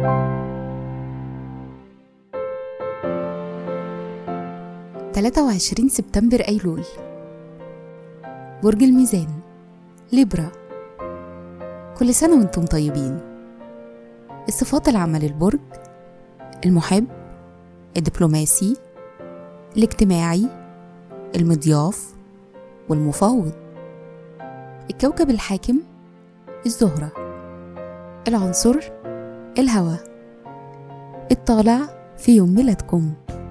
23 سبتمبر أيلول. برج الميزان، ليبرا. كل سنة وانتم طيبين. الصفات العامة للبرج: المحب، الدبلوماسي، الاجتماعي، المضياف، والمفاوض. الكوكب الحاكم: الزهرة. العنصر: الهواء. الطالع في يوم ميلادكم.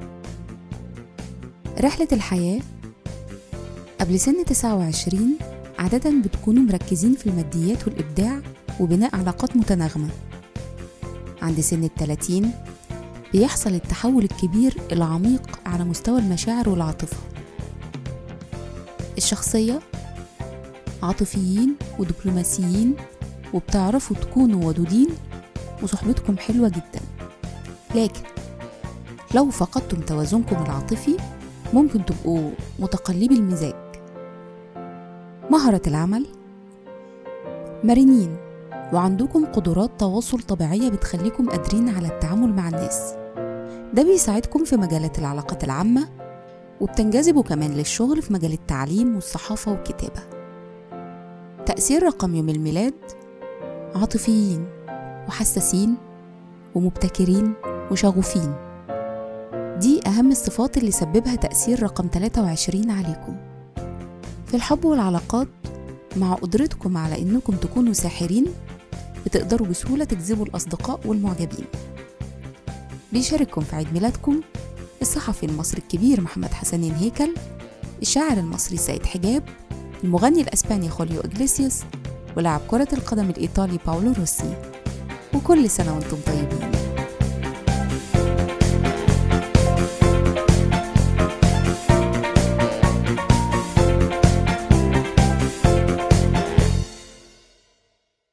رحلة الحياة: قبل سن 29 عادة بتكونوا مركزين في الماديات والإبداع وبناء علاقات متناغمة. عند سن 30 بيحصل التحول الكبير العميق على مستوى المشاعر والعاطفة. الشخصية: عاطفيين ودبلوماسيين، وبتعرفوا تكونوا ودودين وصحبتكم حلوة جدا. لكن لو فقدتم توازنكم العاطفي ممكن تبقوا متقلبي المزاج. مهارة العمل: مرنين وعندكم قدرات تواصل طبيعية بتخليكم قادرين على التعامل مع الناس. ده بيساعدكم في مجالات العلاقات العامة، وبتنجذبوا كمان للشغل في مجال التعليم والصحافة والكتابة. تأثير رقم يوم الميلاد: عاطفيين وحساسين ومبتكرين وشغوفين. دي أهم الصفات اللي سببها تأثير رقم 23 عليكم. في الحب والعلاقات، مع قدرتكم على إنكم تكونوا ساحرين بتقدروا بسهولة تجذبوا الأصدقاء والمعجبين. بيشارككم في عيد ميلادكم الصحفي المصري الكبير محمد حسنين هيكل، الشاعر المصري سيد حجاب، المغني الأسباني خوليو إجليسياس، ولاعب كرة القدم الإيطالي باولو روسي. وكل سنة وانتم طيبين.